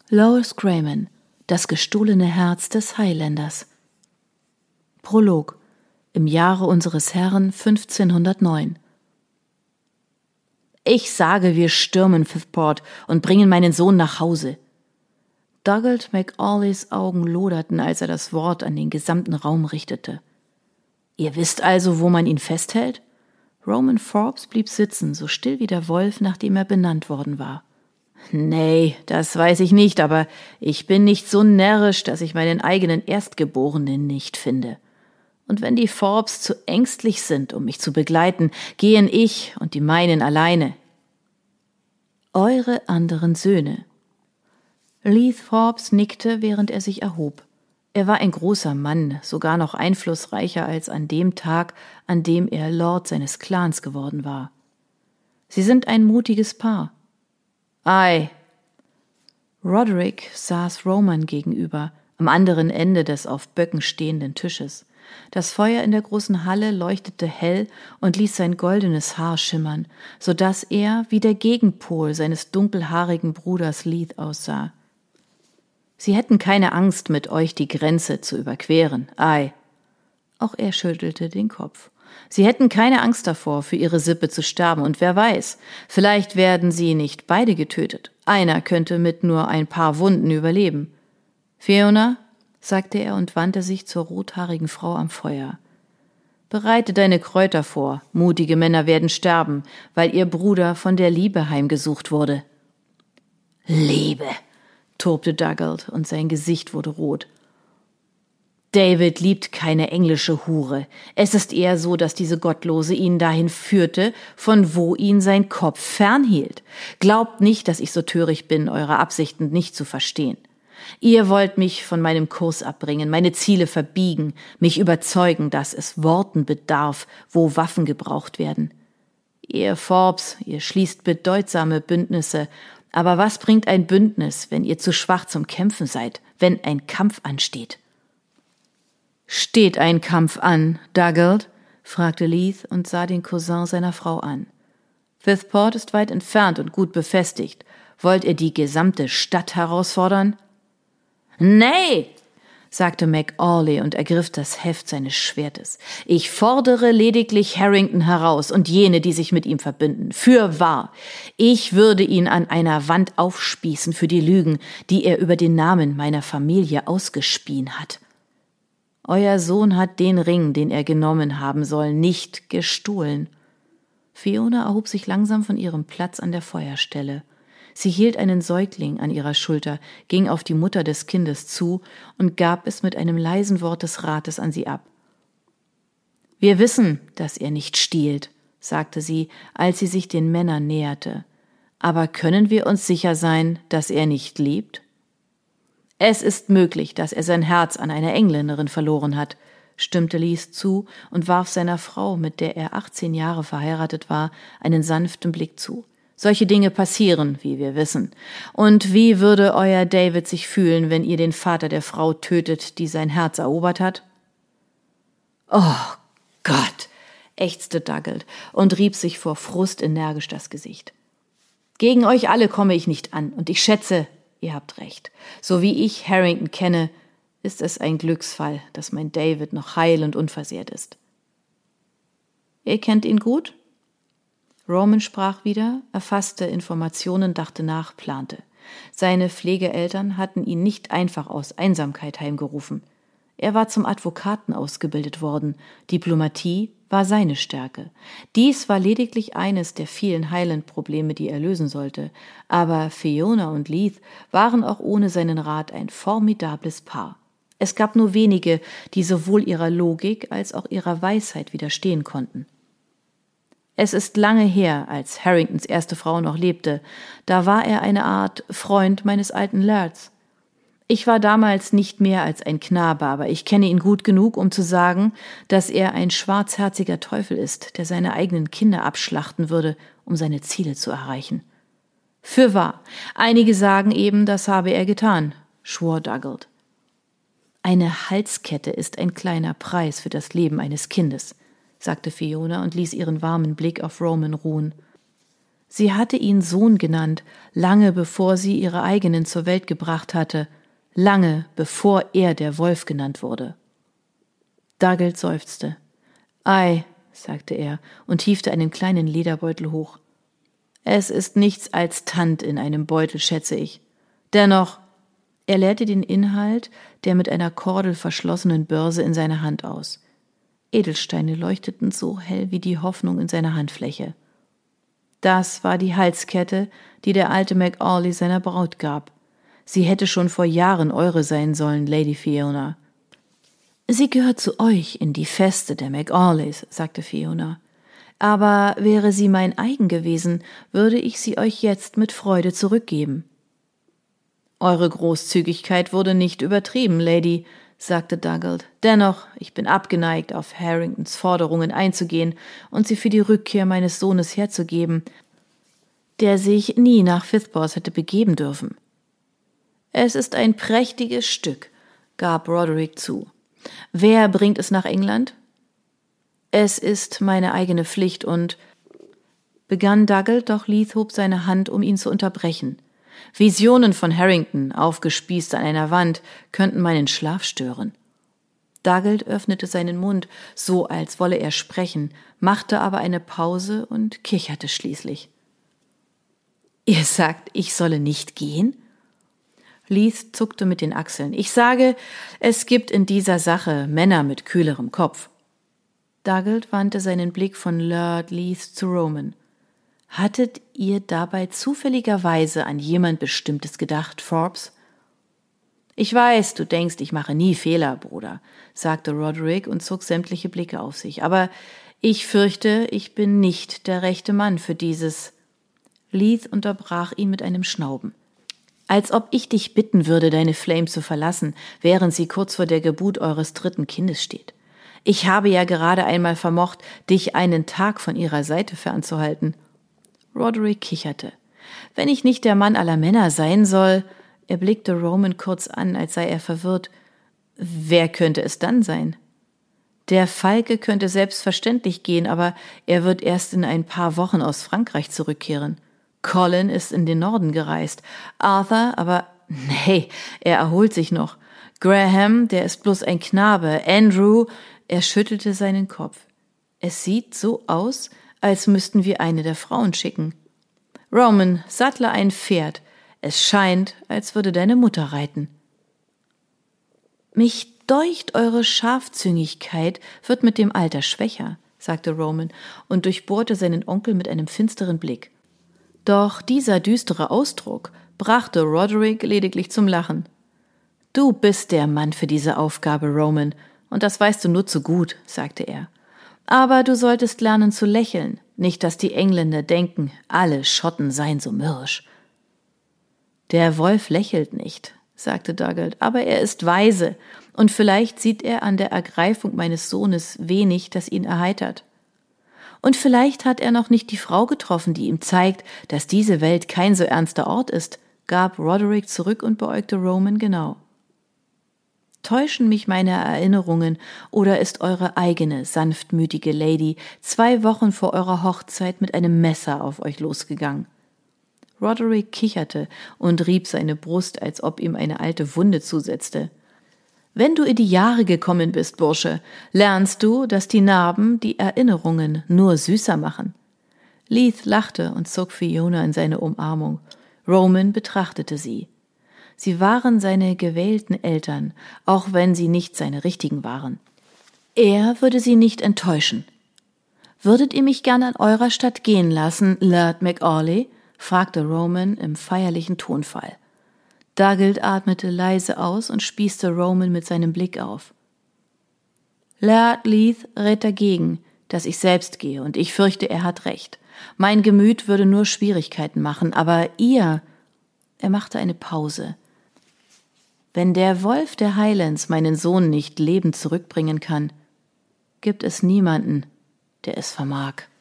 Lois Grayman, das gestohlene Herz des Highlanders. Prolog. Im Jahre unseres Herrn 1509. Ich sage, wir stürmen Frithport und bringen meinen Sohn nach Hause. Dugald MacAulays Augen loderten, als er das Wort an den gesamten Raum richtete. Ihr wisst also, wo man ihn festhält? Roman Forbes blieb sitzen, so still wie der Wolf, nachdem er benannt worden war. Nee, das weiß ich nicht, aber ich bin nicht so närrisch, dass ich meinen eigenen Erstgeborenen nicht finde. Und wenn die Forbes zu ängstlich sind, um mich zu begleiten, gehen ich und die meinen alleine. Eure anderen Söhne. Leith Forbes nickte, während er sich erhob. Er war ein großer Mann, sogar noch einflussreicher als an dem Tag, an dem er Lord seines Clans geworden war. Sie sind ein mutiges Paar. Ei. Roderick saß Roman gegenüber, am anderen Ende des auf Böcken stehenden Tisches. Das Feuer in der großen Halle leuchtete hell und ließ sein goldenes Haar schimmern, so dass er wie der Gegenpol seines dunkelhaarigen Bruders Leith aussah. Sie hätten keine Angst, mit euch die Grenze zu überqueren, ei. Auch er schüttelte den Kopf. Sie hätten keine Angst davor, für ihre Sippe zu sterben, und wer weiß, vielleicht werden sie nicht beide getötet. Einer könnte mit nur ein paar Wunden überleben. Fiona, sagte er und wandte sich zur rothaarigen Frau am Feuer. Bereite deine Kräuter vor, mutige Männer werden sterben, weil ihr Bruder von der Liebe heimgesucht wurde. Liebe, tobte Dugald, und sein Gesicht wurde rot. David liebt keine englische Hure. Es ist eher so, dass diese Gottlose ihn dahin führte, von wo ihn sein Kopf fernhielt. Glaubt nicht, dass ich so töricht bin, eure Absichten nicht zu verstehen. Ihr wollt mich von meinem Kurs abbringen, meine Ziele verbiegen, mich überzeugen, dass es Worten bedarf, wo Waffen gebraucht werden. Ihr Forbes, ihr schließt bedeutsame Bündnisse, aber was bringt ein Bündnis, wenn ihr zu schwach zum Kämpfen seid, wenn ein Kampf ansteht? »Steht ein Kampf an, Dugald?« fragte Leith und sah den Cousin seiner Frau an. »Frithport ist weit entfernt und gut befestigt. Wollt ihr die gesamte Stadt herausfordern?« »Nee«, sagte MacAulay und ergriff das Heft seines Schwertes. »Ich fordere lediglich Harrington heraus und jene, die sich mit ihm verbünden. Fürwahr, ich würde ihn an einer Wand aufspießen für die Lügen, die er über den Namen meiner Familie ausgespien hat. Euer Sohn hat den Ring, den er genommen haben soll, nicht gestohlen.« Fiona erhob sich langsam von ihrem Platz an der Feuerstelle. Sie hielt einen Säugling an ihrer Schulter, ging auf die Mutter des Kindes zu und gab es mit einem leisen Wort des Rates an sie ab. »Wir wissen, dass er nicht stiehlt«, sagte sie, als sie sich den Männern näherte. »Aber können wir uns sicher sein, dass er nicht liebt?« »Es ist möglich, dass er sein Herz an eine Engländerin verloren hat«, stimmte Leith zu und warf seiner Frau, mit der er 18 Jahre verheiratet war, einen sanften Blick zu. »Solche Dinge passieren, wie wir wissen. Und wie würde euer David sich fühlen, wenn ihr den Vater der Frau tötet, die sein Herz erobert hat?« »Oh Gott«, ächzte Dugald und rieb sich vor Frust energisch das Gesicht. »Gegen euch alle komme ich nicht an, und ich schätze, ihr habt recht. So wie ich Harrington kenne, ist es ein Glücksfall, dass mein David noch heil und unversehrt ist.« »Ihr kennt ihn gut?« Roman sprach wieder, erfasste Informationen, dachte nach, plante. Seine Pflegeeltern hatten ihn nicht einfach aus Einsamkeit heimgerufen. Er war zum Advokaten ausgebildet worden. Diplomatie war seine Stärke. Dies war lediglich eines der vielen Highland-Probleme, die er lösen sollte. Aber Fiona und Leith waren auch ohne seinen Rat ein formidables Paar. Es gab nur wenige, die sowohl ihrer Logik als auch ihrer Weisheit widerstehen konnten. Es ist lange her, als Harringtons erste Frau noch lebte. Da war er eine Art Freund meines alten Lords. Ich war damals nicht mehr als ein Knabe, aber ich kenne ihn gut genug, um zu sagen, dass er ein schwarzherziger Teufel ist, der seine eigenen Kinder abschlachten würde, um seine Ziele zu erreichen. Fürwahr, einige sagen eben, das habe er getan, schwor Dugald. Eine Halskette ist ein kleiner Preis für das Leben eines Kindes, sagte Fiona und ließ ihren warmen Blick auf Roman ruhen. Sie hatte ihn Sohn genannt, lange bevor sie ihre eigenen zur Welt gebracht hatte, lange bevor er der Wolf genannt wurde. Dougald seufzte. »Ei«, sagte er und hiefte einen kleinen Lederbeutel hoch. »Es ist nichts als Tand in einem Beutel, schätze ich. Dennoch«, er leerte den Inhalt der mit einer Kordel verschlossenen Börse in seiner Hand aus. Edelsteine leuchteten so hell wie die Hoffnung in seiner Handfläche. Das war die Halskette, die der alte McAuley seiner Braut gab. Sie hätte schon vor Jahren eure sein sollen, Lady Fiona. »Sie gehört zu euch in die Feste der McAuleys«, sagte Fiona. »Aber wäre sie mein eigen gewesen, würde ich sie euch jetzt mit Freude zurückgeben.« »Eure Großzügigkeit wurde nicht übertrieben, Lady«, sagte Dougald. »Dennoch, ich bin abgeneigt, auf Harringtons Forderungen einzugehen und sie für die Rückkehr meines Sohnes herzugeben, der sich nie nach Fithbourne hätte begeben dürfen.« »Es ist ein prächtiges Stück«, gab Roderick zu. »Wer bringt es nach England?« »Es ist meine eigene Pflicht und«, begann Dougald, doch Leith hob seine Hand, um ihn zu unterbrechen. »Visionen von Harrington, aufgespießt an einer Wand, könnten meinen Schlaf stören.« Dougald öffnete seinen Mund, so als wolle er sprechen, machte aber eine Pause und kicherte schließlich. »Ihr sagt, ich solle nicht gehen?« Leith zuckte mit den Achseln. »Ich sage, es gibt in dieser Sache Männer mit kühlerem Kopf.« Dougald wandte seinen Blick von Lord Leith zu Roman. »Hattet ihr dabei zufälligerweise an jemand Bestimmtes gedacht, Forbes?« »Ich weiß, du denkst, ich mache nie Fehler, Bruder«, sagte Roderick und zog sämtliche Blicke auf sich. »Aber ich fürchte, ich bin nicht der rechte Mann für dieses.« Leith unterbrach ihn mit einem Schnauben. »Als ob ich dich bitten würde, deine Flame zu verlassen, während sie kurz vor der Geburt eures 3. Kindes steht. Ich habe ja gerade einmal vermocht, dich einen Tag von ihrer Seite fernzuhalten.« Roderick kicherte. »Wenn ich nicht der Mann aller Männer sein soll«, er blickte Roman kurz an, als sei er verwirrt. »Wer könnte es dann sein?« »Der Falke könnte selbstverständlich gehen, aber er wird erst in ein paar Wochen aus Frankreich zurückkehren. Colin ist in den Norden gereist. Arthur, aber nee, er erholt sich noch. Graham, der ist bloß ein Knabe. Andrew«, er schüttelte seinen Kopf. »Es sieht so aus, als müssten wir eine der Frauen schicken. Roman, sattle ein Pferd. Es scheint, als würde deine Mutter reiten.« »Mich deucht, eure Scharfzüngigkeit wird mit dem Alter schwächer«, sagte Roman und durchbohrte seinen Onkel mit einem finsteren Blick. Doch dieser düstere Ausdruck brachte Roderick lediglich zum Lachen. »Du bist der Mann für diese Aufgabe, Roman, und das weißt du nur zu gut«, sagte er. »Aber du solltest lernen zu lächeln, nicht, dass die Engländer denken, alle Schotten seien so mürrisch.« »Der Wolf lächelt nicht«, sagte Dougald, »aber er ist weise, und vielleicht sieht er an der Ergreifung meines Sohnes wenig, das ihn erheitert. Und vielleicht hat er noch nicht die Frau getroffen, die ihm zeigt, dass diese Welt kein so ernster Ort ist«, gab Roderick zurück und beäugte Roman genau. »Täuschen mich meine Erinnerungen, oder ist eure eigene, sanftmütige Lady 2 Wochen vor eurer Hochzeit mit einem Messer auf euch losgegangen?« Roderick kicherte und rieb seine Brust, als ob ihm eine alte Wunde zusetzte. »Wenn du in die Jahre gekommen bist, Bursche, lernst du, dass die Narben die Erinnerungen nur süßer machen.« Leith lachte und zog Fiona in seine Umarmung. Roman betrachtete sie. Sie waren seine gewählten Eltern, auch wenn sie nicht seine richtigen waren. Er würde sie nicht enttäuschen. »Würdet ihr mich gern an eurer Stadt gehen lassen, Lord McAuley?« fragte Roman im feierlichen Tonfall. Dougald atmete leise aus und spießte Roman mit seinem Blick auf. »Lord Leith rät dagegen, dass ich selbst gehe, und ich fürchte, er hat recht. Mein Gemüt würde nur Schwierigkeiten machen, aber ihr...« Er machte eine Pause. »Wenn der Wolf der Highlands meinen Sohn nicht lebend zurückbringen kann, gibt es niemanden, der es vermag.«